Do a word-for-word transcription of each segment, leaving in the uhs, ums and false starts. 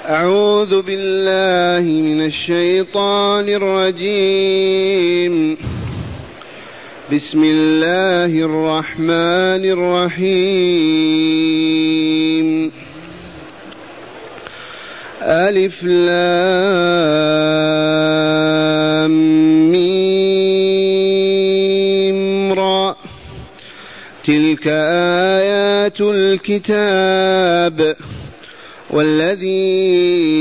أعوذ بالله من الشيطان الرجيم. بسم الله الرحمن الرحيم. ألف لام ميم را تلك آيات الكتاب والذي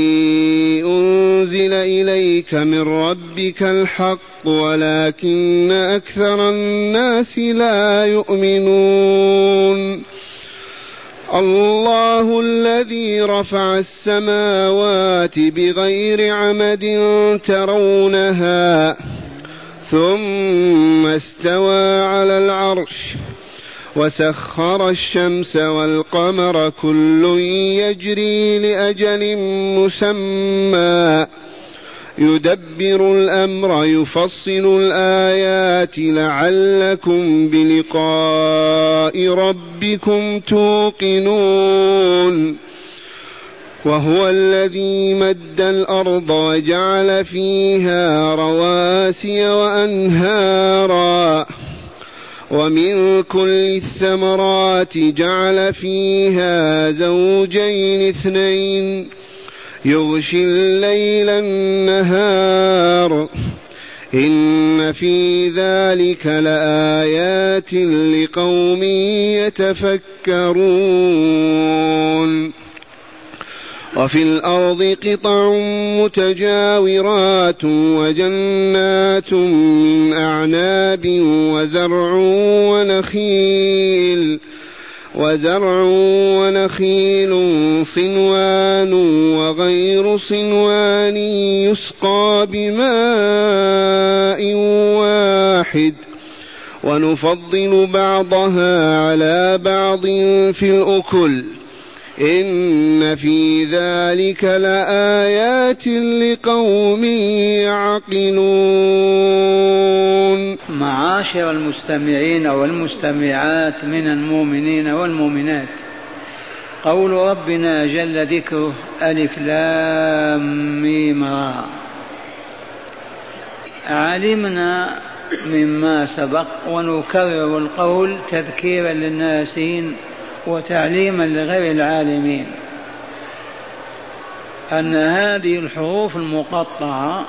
أنزل إليك من ربك الحق ولكن أكثر الناس لا يؤمنون. الله الذي رفع السماوات بغير عمد ترونها ثم استوى على العرش وسخر الشمس والقمر كل يجري لأجل مسمى يدبر الأمر يفصل الآيات لعلكم بلقاء ربكم توقنون. وهو الذي مد الأرض وجعل فيها رواسي وأنهارا ومن كل الثمرات جعل فيها زوجين اثنين يغشي الليل النهار إن في ذلك لآيات لقوم يتفكرون. وفي الأرض قطع متجاورات وجنات من أعناب وزرع ونخيل وزرع ونخيل صنوان وغير صنوان يسقى بماء واحد ونفضل بعضها على بعض في الأكل إن في ذلك لآيات لقوم يعقلون. معاشر المستمعين والمستمعات من المؤمنين والمؤمنات، قول ربنا جل ذكره ألف لام ميم را. علمنا مما سبق ونكرر القول تذكيرا للناسين وتعليما لغير العالمين أن هذه الحروف المقطعة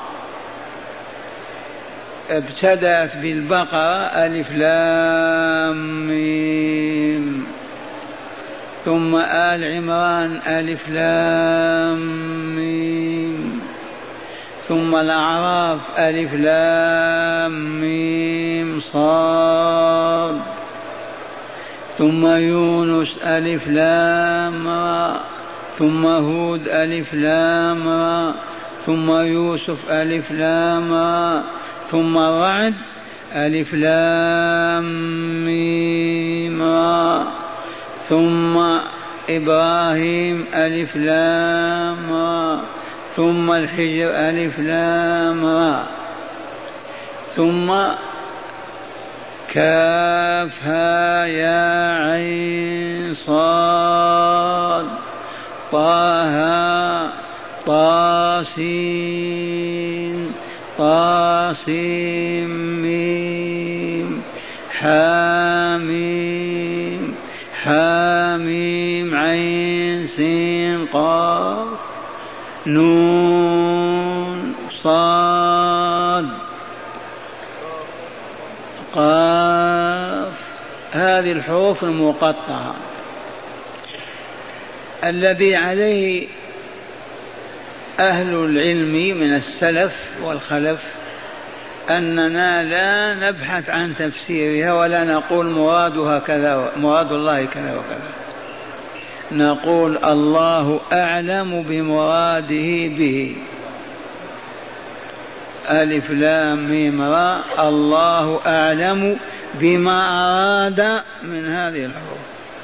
ابتدأت بالبقرة ألف لام ميم، ثم آل عمران ألف لام ميم، ثم الأعراف ألف لام ميم صاد، ثم يونس ألف لام را، ثم هود ألف لام را، ثم يوسف ألف لام را، ثم رعد ألف لام ميم را، ثم إبراهيم ألف لام را، ثم الحجر ألف لام را، ثم كافها يا عين صاد طه طاسين طاسيم ميم حاميم حاميم عين سين قاف نون صاد قاف. هذه الحروف المقطعة الذي عليه أهل العلم من السلف والخلف أننا لا نبحث عن تفسيرها ولا نقول مرادها كذا مراد الله كذا وكذا، نقول الله أعلم بمراده به. ألف لام ميم را الله أعلم بما أراد من هذه الحروف،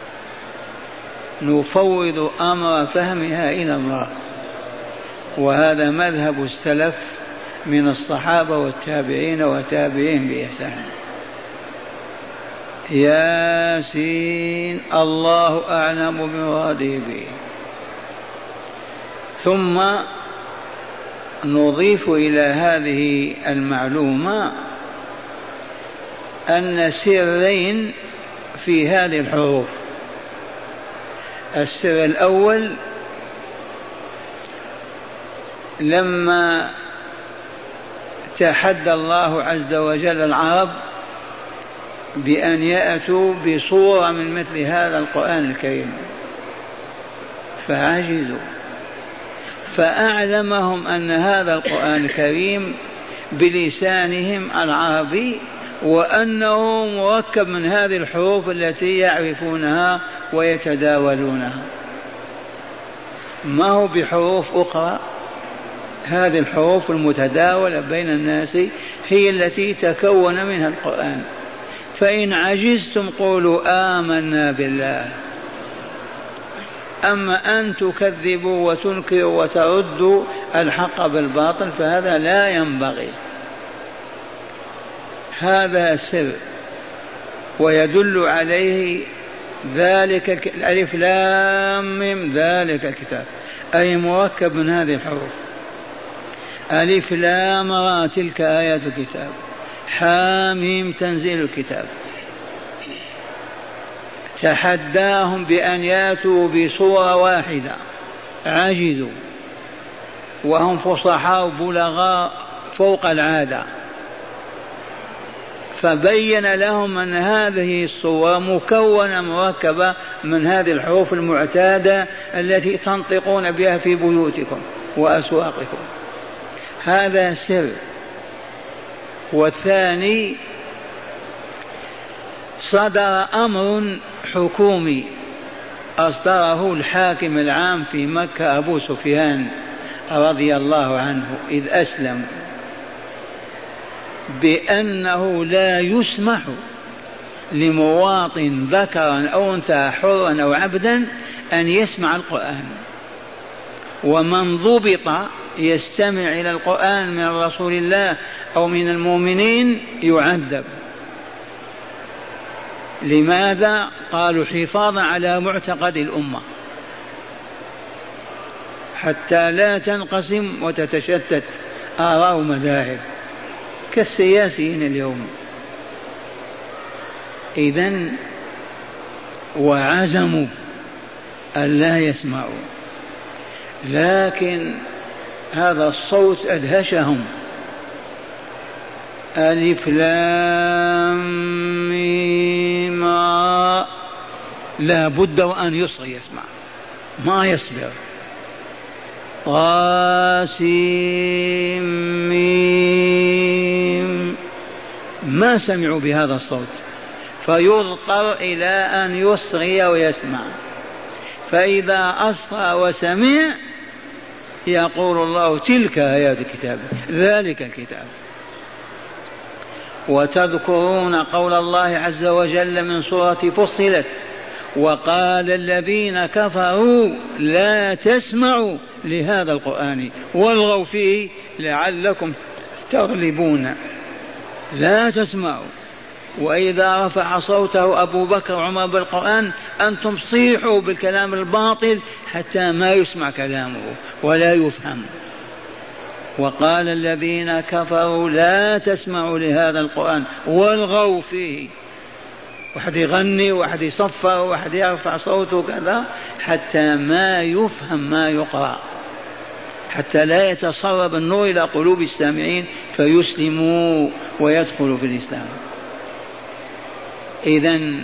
نفوض أمر فهمها إلى الله، وهذا مذهب السلف من الصحابة والتابعين وتابعين بإحسان. ياسين الله أعلم بمراده به. ثم نضيف إلى هذه المعلومة أن سرين في هذه الحروف. السر الأول لما تحدى الله عز وجل العرب بأن يأتوا بصورة من مثل هذا القرآن الكريم فعجزوا، فأعلمهم أن هذا القرآن الكريم بلسانهم العربي وأنه مركب من هذه الحروف التي يعرفونها ويتداولونها، ما هو بحروف أخرى. هذه الحروف المتداولة بين الناس هي التي تكون منها القرآن. فإن عجزتم قولوا آمنا بالله. أما أن تكذبوا وتنكروا وتردوا الحق بالباطل فهذا لا ينبغي. هذا سر ويدل عليه ذلك الألف لام ميم ذلك الكتاب، أي مركب من هذه الحروف. ألف لام را تلك آيات الكتاب، حاميم تنزيل الكتاب. تحداهم بأن ياتوا بصورة واحدة، عجزوا وهم فصحاء بلغاء فوق العادة، فبين لهم أن هذه الصورة مكونة مركبة من هذه الحروف المعتادة التي تنطقون بها في بيوتكم وأسواقكم. هذا سر. والثاني صدر أمر حكومي أصدره الحاكم العام في مكة أبو سفيان رضي الله عنه إذ أسلم بأنه لا يسمح لمواطن ذكرا أو أنثى حرا أو عبدا أن يسمع القرآن، ومن ضبط يستمع إلى القرآن من رسول الله أو من المؤمنين يعذب. لماذا؟ قالوا حفاظا على معتقد الأمة حتى لا تنقسم وتتشتت آراء ومذاهب كالسياسيين اليوم. إذن وعزموا أن لا يسمعوا، لكن هذا الصوت أدهشهم. ألف لام ميم لا بد وأن يصغي يسمع ما يصبر. قاسم ميم ما سمعوا بهذا الصوت، فيضطر إلى أن يصغي ويسمع. فإذا أصغى وسمع يقول الله تلك آيات الكتاب ذلك الكتاب. وتذكرون قول الله عز وجل من سورة فصلت وقال الذين كفروا لا تسمعوا لهذا القرآن والغوا فيه لعلكم تغلبون. لا تسمعوا. وإذا رفع صوته أبو بكر وعمر بالقرآن أنتم صيحوا بالكلام الباطل حتى ما يسمع كلامه ولا يفهم. وقال الذين كفروا لا تسمعوا لهذا القرآن والغوا فيه. واحد يغني واحد يصفر واحد يرفع صوته كذا حتى ما يفهم ما يقرأ، حتى لا يتسرب النور إلى قلوب السامعين فيسلموا ويدخلوا في الإسلام. إذن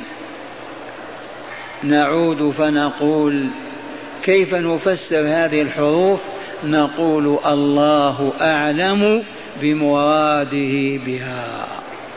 نعود فنقول كيف نفسر هذه الحروف؟ نقول الله أعلم بمراده بها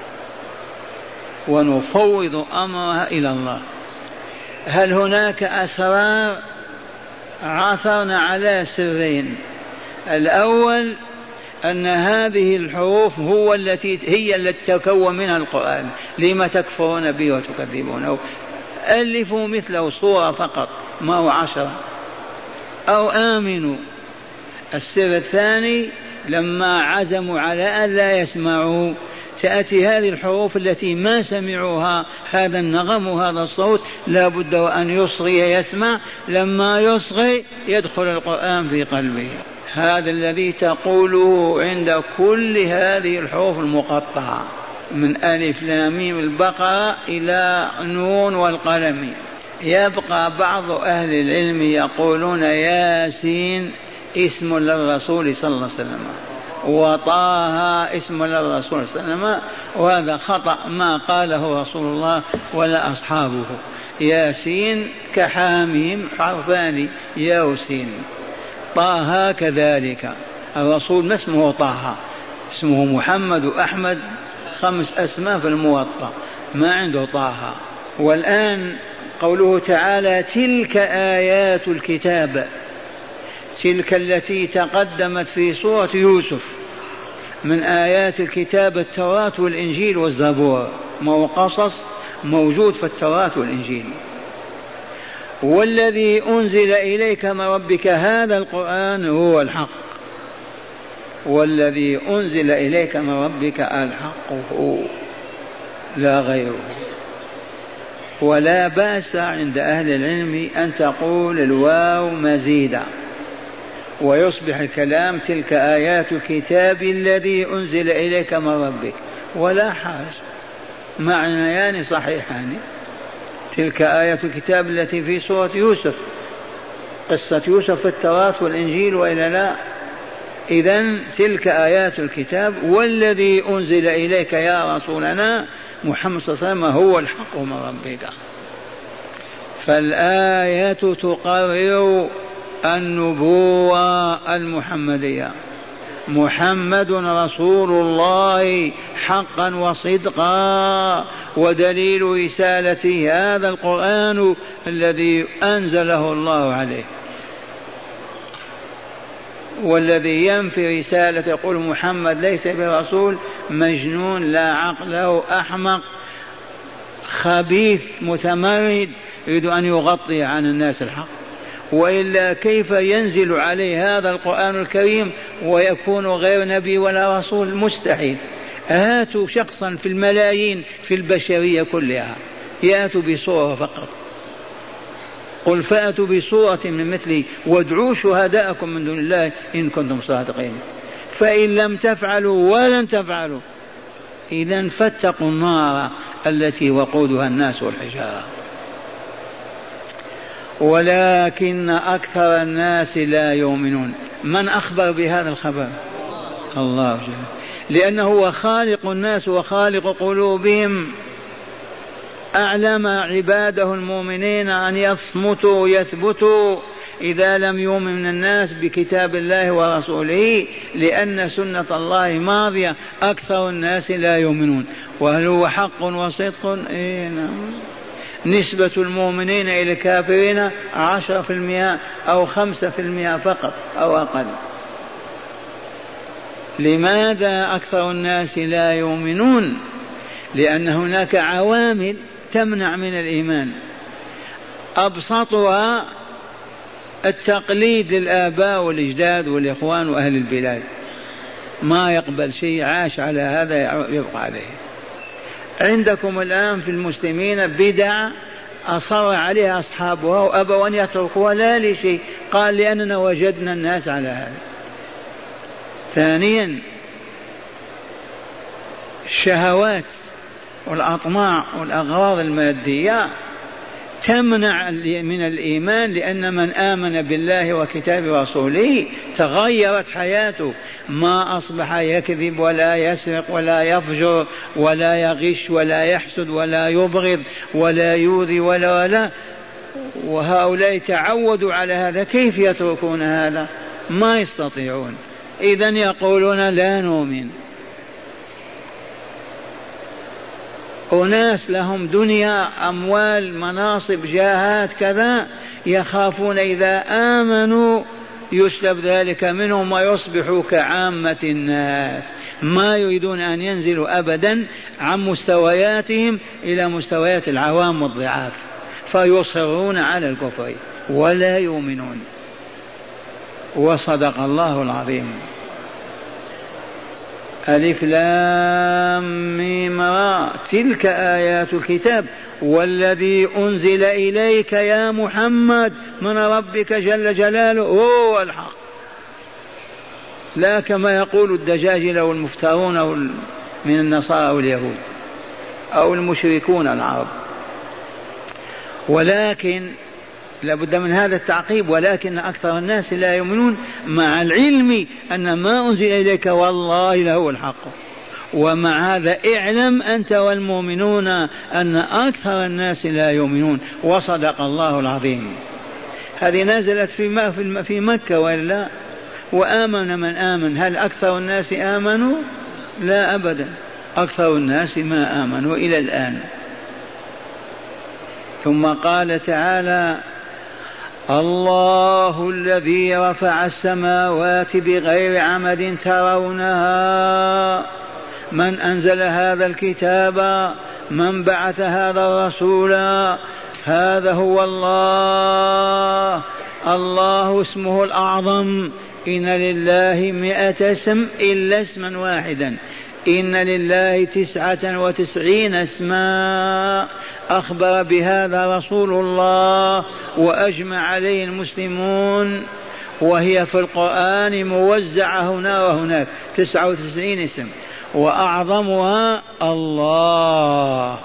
ونفوض أمرها إلى الله. هل هناك أسرار؟ عثرنا على سرين. الأول أن هذه الحروف هو التي هي التي تكون منها القرآن. لما تكفرون به وتكذبونه؟ ألفوا مثله صورة فقط ما هو عشرة أو آمنوا. السر الثاني لما عزموا على أن لا يسمعوا تأتي هذه الحروف التي ما سمعوها، هذا النغم وهذا الصوت لا بد وأن يصغي يسمع، لما يصغي يدخل القرآن في قلبه. هذا الذي تقوله عند كل هذه الحروف المقطعة من ألف لام ميم البقرة إلى نون والقلم. يبقى بعض أهل العلم يقولون ياسين اسم للرسول صلى الله عليه وسلم، وطه اسم للرسول صلى الله عليه وسلم، وهذا خطأ ما قاله رسول الله ولا أصحابه. ياسين كحاميم حرفان يوسين. طه كذلك، الرسول ما اسمه طه، اسمه محمد وأحمد، خمس أسماء في الموطأ، ما عنده طه. والآن قوله تعالى تلك آيات الكتاب، تلك التي تقدمت في سورة يوسف من آيات الكتاب التوراة والإنجيل والزبور، ما هو قصص موجود في التوراة والإنجيل. والذي أنزل إليك من ربك، هذا القرآن هو الحق، والذي أنزل إليك من ربك الحق هو لا غيره. ولا بأس عند أهل العلم أن تقول الواو مزيدة ويصبح الكلام تلك آيات الكتاب الذي أنزل إليك من ربك، ولا حرج، معنيان صحيحان. تلك آيات الكتاب التي في سورة يوسف، قصة يوسف في التوراة والإنجيل وإلا لا؟ إذن تلك آيات الكتاب، والذي أنزل إليك يا رسولنا محمد صلى الله عليه وسلم هو الحق من ربك. فالآية تقرر النبوة المحمدية، محمد رسول الله حقا وصدقا، ودليل رسالته هذا القرآن الذي أنزله الله عليه. والذي ينفي رسالة يقول محمد ليس برسول مجنون لا عقل له، أحمق خبيث متمرد يريد أن يغطي عن الناس الحق. وإلا كيف ينزل عليه هذا القرآن الكريم ويكون غير نبي ولا رسول؟ مستحيل. هاتوا شخصا في الملايين في البشرية كلها يأتوا بصورة فقط، قل فأتوا بصورة من مثله وادعوا شهداءكم من دون الله إن كنتم صادقين. فإن لم تفعلوا ولن تفعلوا إذن فاتقوا النار التي وقودها الناس والحجارة. ولكن أكثر الناس لا يؤمنون. من أخبر بهذا الخبر؟ الله جل، لأنه هو خالق الناس وخالق قلوبهم. أعلم عباده المؤمنين أن يصمتوا يثبتوا إذا لم يؤمن الناس بكتاب الله ورسوله، لأن سنة الله ماضية، أكثر الناس لا يؤمنون. وهل هو حق وصدق؟ إيه نعم. نسبة المؤمنين إلى الكافرين عشرة في المئة أو خمسة في المئة فقط أو أقل. لماذا أكثر الناس لا يؤمنون؟ لأن هناك عوامل تمنع من الإيمان، أبسطها التقليد للآباء والأجداد والإخوان وأهل البلاد، ما يقبل شيء، عاش على هذا يبقى عليه. عندكم الآن في المسلمين بدع أصر عليها أصحابها وأبوا أن يتركوها لا لشيء، قال لأننا وجدنا الناس على هذا. ثانيا الشهوات والأطماع والأغراض المادية تمنع من الإيمان، لأن من آمن بالله وكتاب رسوله تغيرت حياته، ما أصبح يكذب ولا يسرق ولا يفجر ولا يغش ولا يحسد ولا يبغض ولا يؤذي ولا ولا. وهؤلاء تعودوا على هذا، كيف يتركون هذا؟ ما يستطيعون. إذن يقولون لا نؤمن. أناس لهم دنيا أموال مناصب جاهات كذا، يخافون إذا آمنوا يسلب ذلك منهم ويصبحوا كعامة الناس، ما يريدون أن ينزلوا أبدا عن مستوياتهم إلى مستويات العوام والضعاف، فيصرون على الكفر ولا يؤمنون. وصدق الله العظيم. ألف لام ميم را تلك آيات الكتاب والذي أنزل إليك يا محمد من ربك جل جلاله هو الحق، لا كما يقول الدجاجلة والمفترون من النصارى واليهود أو المشركون العرب. ولكن لابد من هذا التعقيب، ولكن أكثر الناس لا يؤمنون مع العلم أن ما أنزل إليك والله لهو الحق. ومع هذا اعلم أنت والمؤمنون أن أكثر الناس لا يؤمنون، وصدق الله العظيم. هذه نزلت في في مكة ولا؟ وآمن من آمن. هل أكثر الناس آمنوا؟ لا أبدا، أكثر الناس ما آمنوا إلى الآن. ثم قال تعالى: الله الذي رفع السماوات بغير عمد ترونها. من أنزل هذا الكتاب؟ من بعث هذا الرسول؟ هذا هو الله. الله اسمه الأعظم. إن لله مئة اسم إلا اسما واحدا، إن لله تسعة وتسعين اسما، أخبر بهذا رسول الله وأجمع عليه المسلمون، وهي في القرآن موزعة هنا وهناك تسعة وتسعين اسم، وأعظمها الله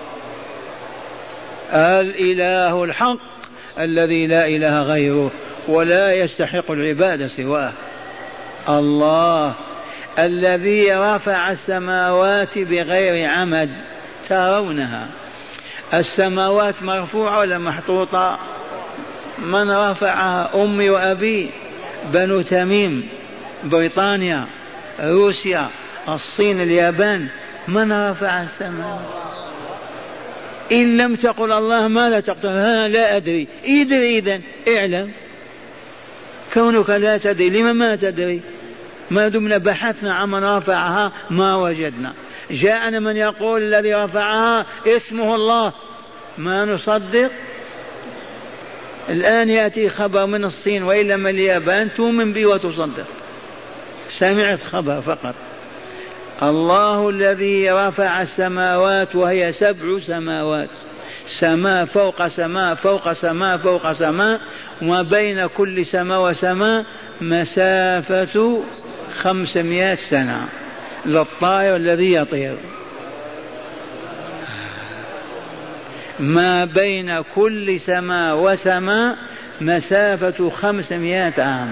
الإله الحق الذي لا إله غيره ولا يستحق العبادة سواه. الله الذي رفع السماوات بغير عمد ترونها. السماوات مرفوعة ولا محطوطة؟ من رفعها؟ أمي وأبي، بنو تميم، بريطانيا، روسيا، الصين، اليابان. من رفع السماوات؟ إن لم تقل الله ماذا تقول؟ ها لا أدري. ادري إذن، اعلم. كونك لا تدري لما ما تدري؟ ما دمنا بحثنا عن من رفعها ما وجدنا. جاءنا من يقول الذي رفعها اسمه الله، ما نصدق. الآن يأتي خبر من الصين وإلا من اليابان تؤمن به وتصدق، سمعت خبر فقط. الله الذي رفع السماوات وهي سبع سماوات، سماء فوق سماء فوق سماء فوق سماء، وما بين كل سماء وسماء مسافة خمسمائة سنة للطائر الذي يطير. ما بين كل سماء وسماء مسافة خمسمائة عام.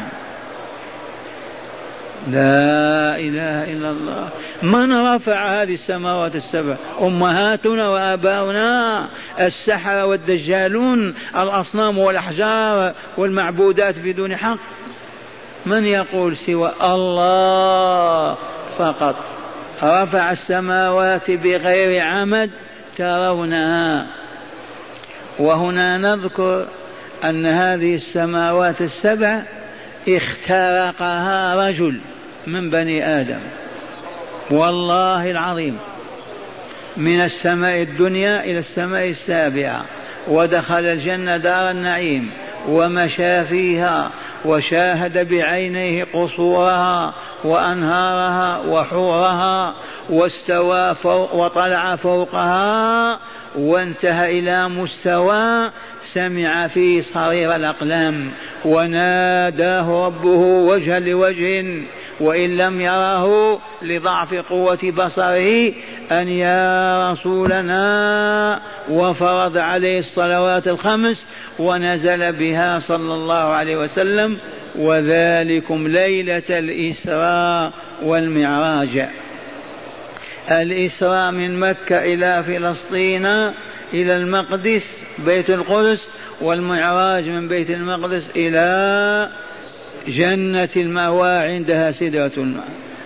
لا إله إلا الله. من رفع هذه السماوات السبع؟ أمهاتنا وآباؤنا، السحرة والدجالون، الأصنام والأحجار والمعبودات بدون حق. من يقول سوى الله فقط؟ رفع السماوات بغير عمد ترونها. وهنا نذكر أن هذه السماوات السبع اخترقها رجل من بني آدم، والله العظيم، من السماء الدنيا إلى السماء السابعة، ودخل الجنة دار النعيم ومشى فيها وشاهد بعينيه قصورها وأنهارها وحورها، واستوى فوق وطلع فوقها وانتهى إلى مستوى سمع فيه صرير الأقلام، وناداه ربه وجها لوجه، وإن لم يره لضعف قوة بصره أن يا رسولنا، وفرض عليه الصلوات الخمس ونزل بها صلى الله عليه وسلم. وذلكم ليلة الإسراء والمعراج. الإسراء من مكة إلى فلسطين إلى المقدس بيت القدس، والمعراج من بيت المقدس إلى جنة المأوى عندها سدرة الماء.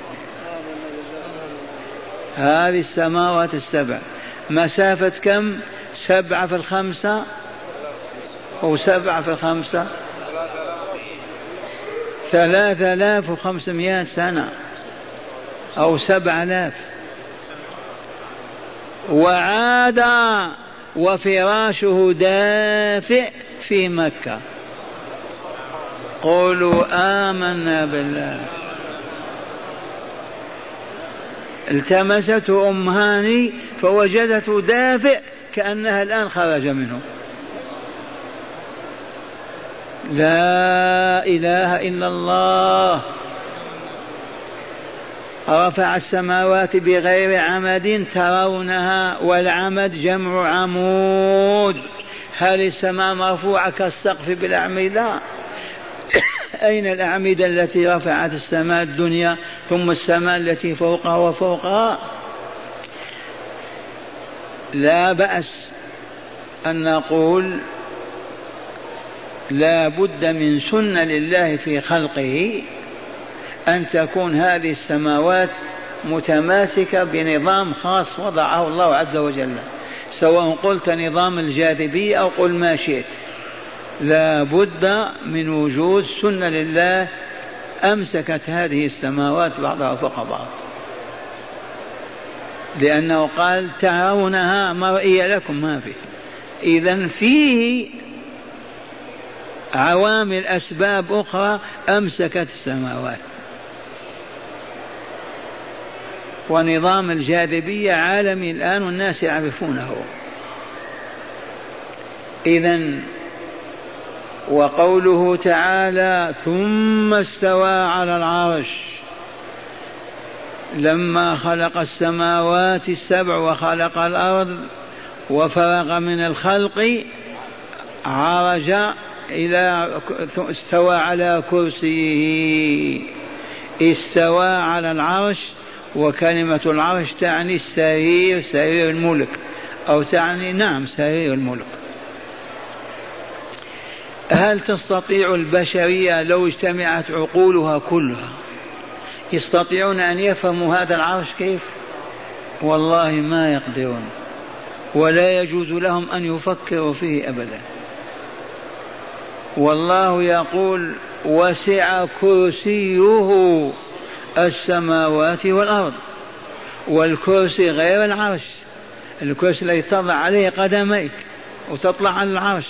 هذه السماوات السبع مسافة كم؟ سبعة في الخمسة أو سبعة في الخمسة ثلاثة آلاف وخمسمائة سنة أو سبع آلاف. وعاد وفراشه دافئ في مكة. قولوا آمنا بالله. التمسته أم هاني فوجدته دافئ كأنها الآن خرج منه. لا إله إلا الله. رفع السماوات بغير عمد ترونها، والعمد جمع عمود. هل السماء مرفوعة كالسقف بالأعمدة؟ أين الأعمدة التي رفعت السماء الدنيا ثم السماء التي فوقها وفوقها؟ لا بأس أن نقول لا بد من سنة لله في خلقه أن تكون هذه السماوات متماسكة بنظام خاص وضعه الله عز وجل، سواء قلت نظام الجاذبية أو قل ما شئت. لا بد من وجود سنة لله أمسكت هذه السماوات بعضها فوق بعض، لأنه قال ترونها مرئية لكم ما فيه. إذن فيه عوامل أسباب أخرى أمسكت السماوات، ونظام الجاذبية عالمي الآن والناس يعرفونه. إذن وقوله تعالى ثم استوى على العرش، لما خلق السماوات السبع وخلق الأرض وفرغ من الخلق عرج إلى استوى على كرسيه. استوى على العرش، وكلمة العرش تعني السرير، سرير الملك، أو تعني نعم سرير الملك. هل تستطيع البشرية لو اجتمعت عقولها كلها يستطيعون أن يفهموا هذا العرش كيف؟ والله ما يقدرون، ولا يجوز لهم أن يفكروا فيه أبدا. والله يقول وسع كرسيه السماوات والأرض، والكرسي غير العرش، الكرسي الذي تضع عليه قدميك وتطلع على العرش.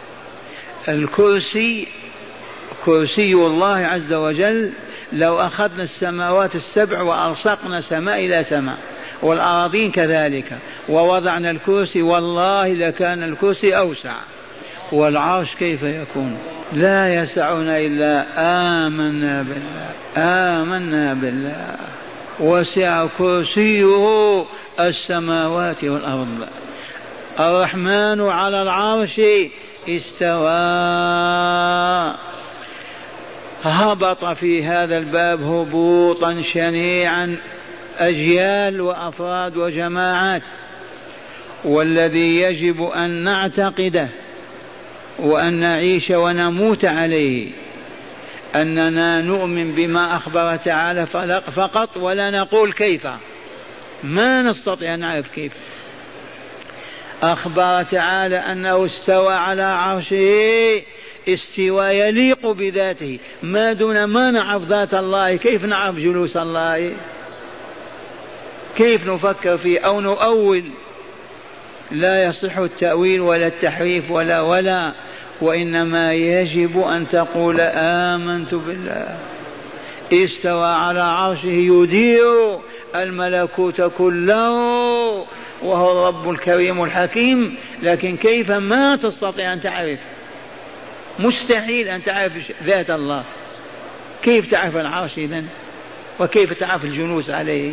الكرسي كرسي الله عز وجل. لو أخذنا السماوات السبع وألصقنا سماء إلى سماء والأراضين كذلك ووضعنا الكرسي، والله لكان الكرسي أوسع. والعرش كيف يكون؟ لا يسعنا إلا آمنا بالله، آمنا بالله. وسع كرسيه السماوات والأرض. الرحمن على العرش استوى. هبط في هذا الباب هبوطا شنيعا أجيال وأفراد وجماعات، والذي يجب أن نعتقده وأن نعيش ونموت عليه أننا نؤمن بما أخبر تعالى فقط، ولا نقول كيف، ما نستطيع أن نعرف كيف. أخبر تعالى أنه استوى على عرشه استوى يليق بذاته، ما دون ما نعرف ذات الله كيف نعرف جلوس الله؟ كيف نفكر فيه أو نؤول؟ لا يصح التأويل ولا التحريف ولا ولا وإنما يجب أن تقول آمنت بالله. استوى على عرشه يدير الملكوت كله، وهو الرب الكريم الحكيم. لكن كيف؟ ما تستطيع أن تعرف، مستحيل أن تعرف ذات الله. كيف تعرف العرش إذن؟ وكيف تعرف الجلوس عليه؟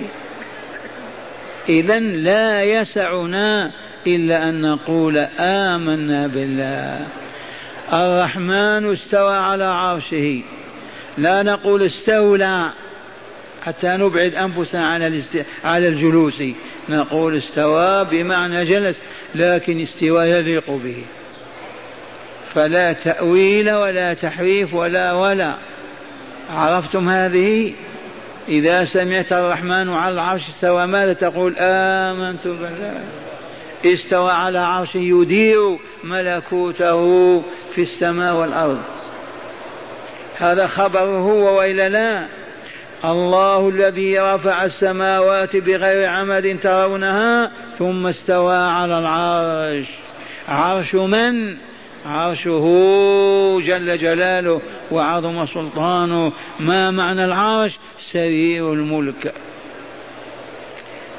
إذن لا يسعنا إلا أن نقول آمنا بالله. الرحمن استوى على عرشه، لا نقول استولى حتى نبعد أنفسنا على الجلوس، نقول استوى بمعنى جلس، لكن استوى يليق به. فلا تأويل ولا تحريف ولا ولا. عرفتم هذه؟ إذا سمعت الرحمن على العرش استوى ماذا تقول؟ آمنت بالله. استوى على عرشه يدير ملكوته في السماء والأرض. هذا خبره وإلا لا؟ الله الذي رفع السماوات بغير عمد ترونها ثم استوى على العرش. عرش من؟ عرشه جل جلاله وعظم سلطانه. ما معنى العرش؟ سرير الملك.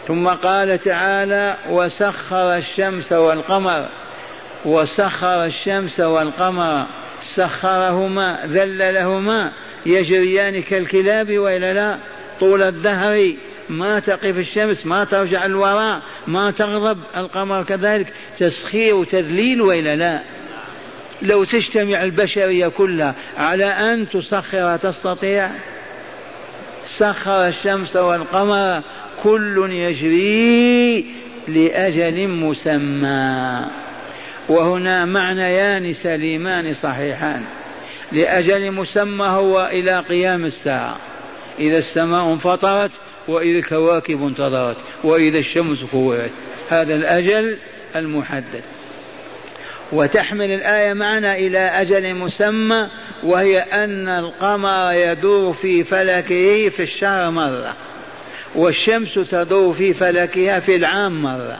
ثم قال تعالى وسخر الشمس والقمر، وسخر الشمس والقمر، سخرهما ذللهما يجريان كالكلاب وإلا لا طول الدهر، ما تقف الشمس، ما ترجع الوراء، ما تغضب، القمر كذلك، تسخير وتذليل وإلا لا. لو تجتمع البشرية كلها على أن تسخر تستطيع؟ سخر الشمس والقمر كل يجري لأجل مسمى. وهنا معنيان سليمان صحيحان. لأجل مسمى هو إلى قيام الساعة، إذا السماء انفطرت، وإذا الكواكب انتظرت، وإذا الشمس كورت، هذا الأجل المحدد. وتحمل الآية معنا إلى أجل مسمى، وهي أن القمر يدور في فلكه في الشهر مرة، والشمس تدور في فلكها في العام مرة.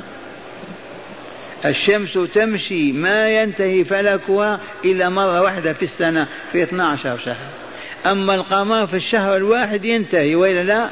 الشمس تمشي ما ينتهي فلكها إلا مرة واحدة في السنة في اثني عشر شهر، أما القمر في الشهر الواحد ينتهي وإلا لا.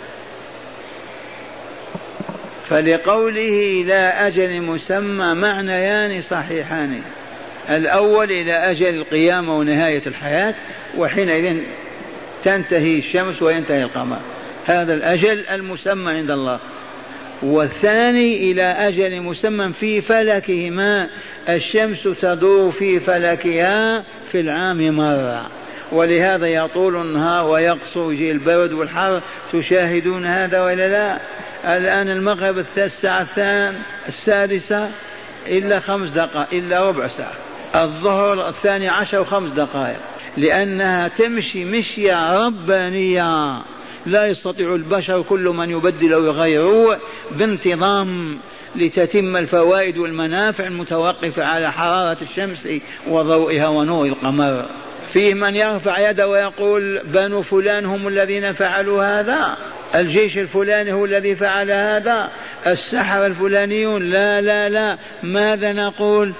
فلقوله لا أجل مسمى معنيان صحيحان. الأول إلى أجل القيامة ونهاية الحياة، وحينئذ تنتهي الشمس وينتهي القمر، هذا الأجل المسمى عند الله. والثاني إلى أجل مسمى في فلكهما، الشمس تدور في فلكها في العام مرة، ولهذا يطول النهار ويقصر، يجي البرد والحر، تشاهدون هذا ولا لا؟ الآن المغرب الساعة السادسة إلا خمس دقائق إلا ربع ساعة، الظهر الثاني عشر وخمس دقائق، لأنها تمشي مشية ربانية لا يستطيع البشر كل من يبدل ويغيره بانتظام، لتتم الفوائد والمنافع المتوقفة على حرارة الشمس وضوئها ونور القمر. فيه من يرفع يده ويقول بنو فلان هم الذين فعلوا هذا، الجيش الفلاني هو الذي فعل هذا، السحر الفلانيون، لا لا لا. ماذا نقول؟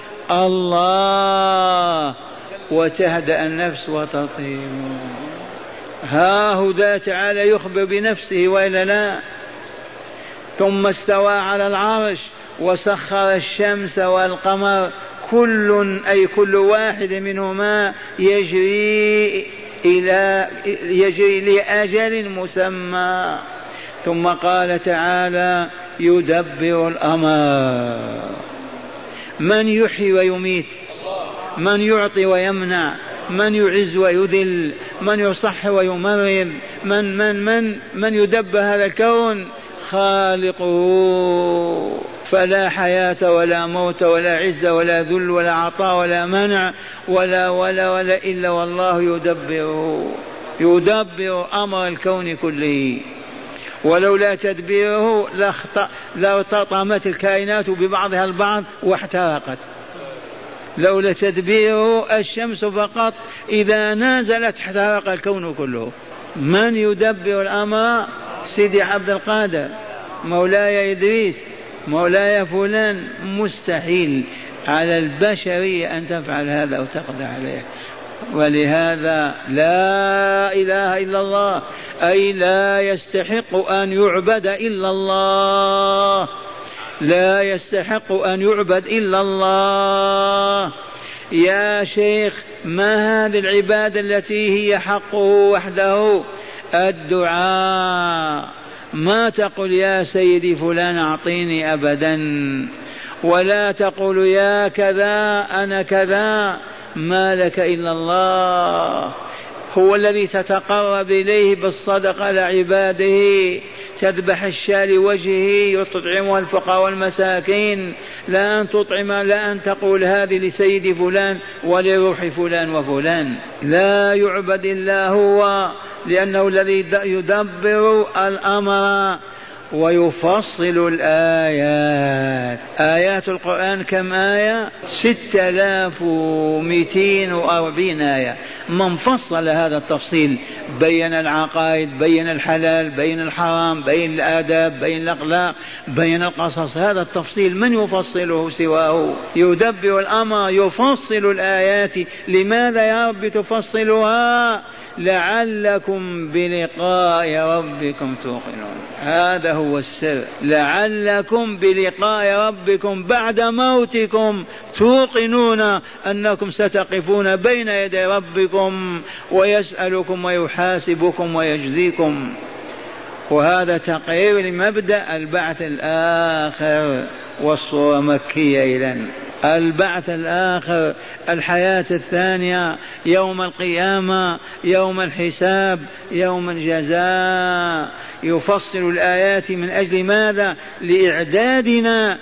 الله، وتهدأ النفس وتطير. ها هو ذا تعالى يخبر بنفسه وإلا لا. ثم استوى على العرش وسخر الشمس والقمر كل أي كل واحد منهما يجري إلى يجري لأجل مسمى. ثم قال تعالى يدبر الأمر، من يحيي ويميت، من يعطي ويمنع، من يعز ويذل، من يصح ويمرض، من من من من يدبر هذا الكون؟ خالقه. فلا حياة ولا موت ولا عز ولا ذل ولا عطاء ولا منع ولا ولا ولا إلا والله يدبره، يدبر أمر الكون كله. ولولا تدبيره لارتطمت الكائنات ببعضها البعض واحترقت. لولا تدبيره الشمس فقط إذا نازلت احترق الكون كله. من يدبر الأمر؟ سيدي عبد القادر، مولاي إدريس، مولاي فلان. مستحيل على البشرية أن تفعل هذا أو تقضي عليه. ولهذا لا إله إلا الله، أي لا يستحق أن يعبد إلا الله، لا يستحق أن يعبد إلا الله. يا شيخ ما هذه العبادة التي هي حقه وحده؟ الدعاء. ما تقل يا سيدي فلان أعطيني أبدا، ولا تقول يا كذا أنا كذا، ما لك إلا الله. هو الذي تتقرب إليه بالصدقة لعباده، تذبح الشاة لوجهه، تطعمها الفقراء والمساكين، لا أن تطعم، لا أن تقول هذه لسيد فلان ولروح فلان وفلان. لا يعبد إلا هو، لأنه الذي يدبر الأمر ويفصل الآيات. آيات القرآن كم آية؟ ستة آلاف ومئتين وأربعين آية. من فصل هذا التفصيل، بين العقائد، بين الحلال، بين الحرام، بين الآداب، بين الأخلاق، بين القصص، هذا التفصيل من يفصله سواه؟ يدبر الأمر، يفصل الآيات. لماذا يا رب تفصلها؟ لعلكم بلقاء ربكم توقنون. هذا هو السر، لعلكم بلقاء ربكم بعد موتكم توقنون أنكم ستقفون بين يدي ربكم ويسألكم ويحاسبكم ويجزيكم. وهذا تقرير لمبدأ البعث الآخر، والصورة مكية إذن. البعث الآخر، الحياة الثانية، يوم القيامة، يوم الحساب، يوم الجزاء. يفصل الآيات من أجل ماذا؟ لإعدادنا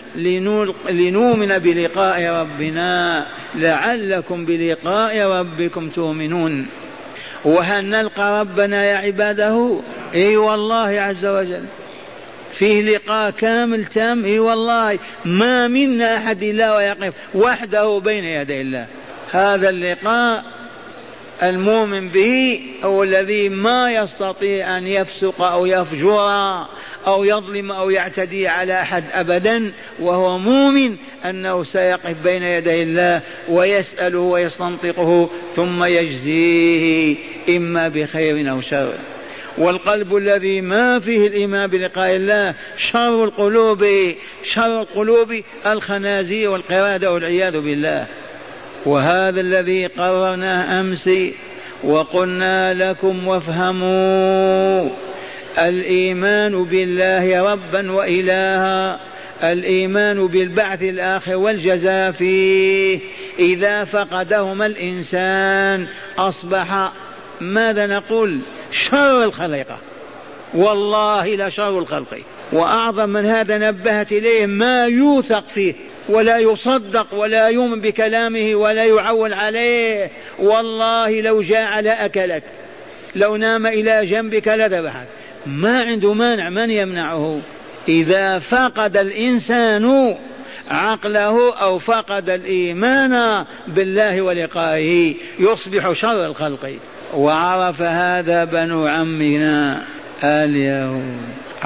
لنؤمن بلقاء ربنا، لعلكم بلقاء ربكم تؤمنون. وهل نلقى ربنا يا عباده؟ اي والله عز وجل فيه لقاء كامل تام. اي والله ما منا احد الا ويقف وحده بين يدي الله. هذا اللقاء المؤمن به هو الذي ما يستطيع ان يفسق او يفجر أو يظلم أو يعتدي على أحد أبدا، وهو مؤمن أنه سيقف بين يدي الله ويسأله ويستنطقه ثم يجزيه إما بخير أو شر. والقلب الذي ما فيه الإيمان بلقاء الله شر القلوب، شر القلوب الخنازير والقرادة والعياذ بالله. وهذا الذي قررناه أمس وقلنا لكم وافهموا: الإيمان بالله ربا وإلها، الإيمان بالبعث الآخر والجزاء فيه، إذا فقدهما الإنسان أصبح ماذا نقول؟ شر الخليقة، والله لشر الخلق. وأعظم من هذا نبهت إليه ما يوثق فيه ولا يصدق ولا يؤمن بكلامه ولا يعول عليه. والله لو جاع لأكلك، لو نام إلى جنبك لذبحك، ما عنده مانع، من يمنعه؟ إذا فقد الإنسان عقله أو فقد الإيمان بالله ولقائه يصبح شر الخلق. وعرف هذا بنو عمنا اليهود،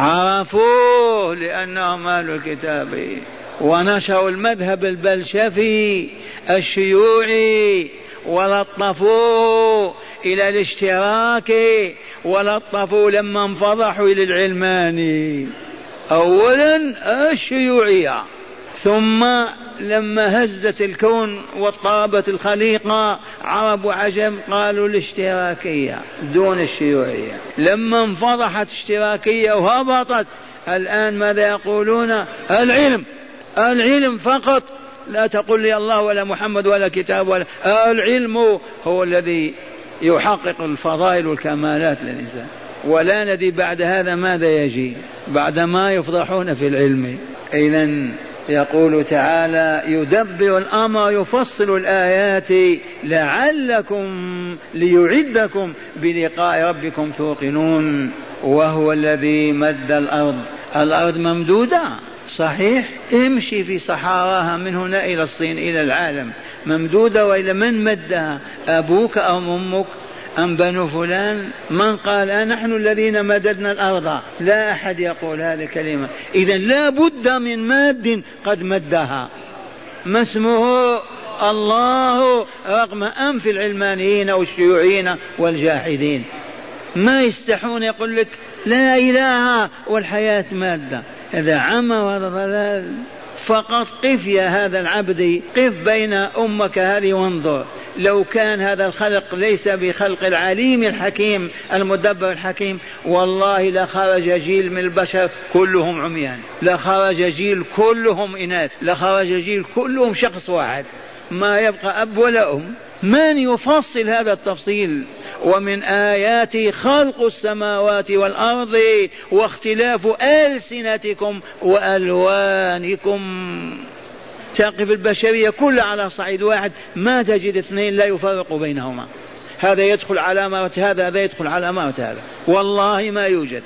عرفوه لأنهم أهل الكتاب، ونشروا المذهب البلشفي الشيوعي ولطفوه إلى الاشتراك، ولطفوا لما انفضحوا إلى العلماني. أولا الشيوعية، ثم لما هزت الكون واضطربت الخليقة عرب وعجم قالوا الاشتراكية دون الشيوعية. لما انفضحت اشتراكية وهبطت، الآن ماذا يقولون؟ العلم، العلم فقط، لا تقل لي الله ولا محمد ولا كتاب ولا، العلم هو الذي يحقق الفضائل والكمالات للإنسان. ولا ندري بعد هذا ماذا يجي بعد ما يفضحون في العلم. إذن يقول تعالى: يدبر الأمر يفصل الآيات لعلكم ليعدكم بلقاء ربكم توقنون. وهو الذي مد الأرض، الأرض ممدودة صحيح، امشي في صحراها من هنا إلى الصين إلى العالم ممدودة، وإلى من مدها؟ أبوك أو أمك أم بنو فلان؟ من قال نحن الذين مددنا الأرض؟ لا أحد يقول هذه الكلمة. إذن لا بد من ماد قد مدها، ما اسمه؟ الله، رغم أنف العلمانيين والشيوعيين والجاحدين ما يستحون يقول لك لا إله والحياة مادة. هذا عمى وهذا ضلال. فقط قف يا هذا العبد، قف بين أمك هذه وانظر، لو كان هذا الخلق ليس بخلق العليم الحكيم المدبر الحكيم، والله لخرج جيل من البشر كلهم عميان، لخرج جيل كلهم إناث، لخرج جيل كلهم شخص واحد، ما يبقى أب ولا أم. من يفصل هذا التفصيل؟ ومن آيات خلق السماوات والأرض واختلاف ألسنتكم وألوانكم. تقف البشرية كلها على صعيد واحد، ما تجد اثنين لا يفرق بينهما، هذا يدخل على مرة هذا، هذا يدخل على مرة هذا، والله ما يوجد.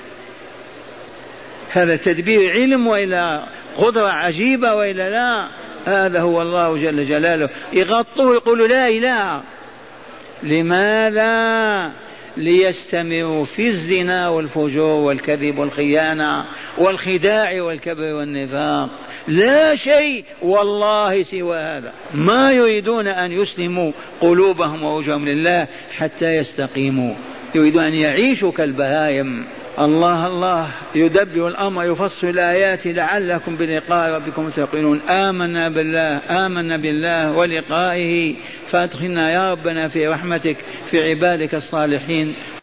هذا تدبير علم وإلى قدرة عجيبة وإلى لا، هذا هو الله جل جلاله. يغطوه يقولوا لا إله. لماذا؟ ليستمروا في الزنا والفجور والكذب والخيانة والخداع والكبر والنفاق، لا شيء والله سوى هذا. ما يريدون أن يسلموا قلوبهم ووجههم لله حتى يستقيموا، يريدون أن يعيشوا كالبهائم. الله الله يدبر الأمر يفصل الآيات لعلكم بلقاء ربكم توقنون. آمنا بالله آمنا بالله ولقائه، فادخلنا يا ربنا في رحمتك في عبادك الصالحين.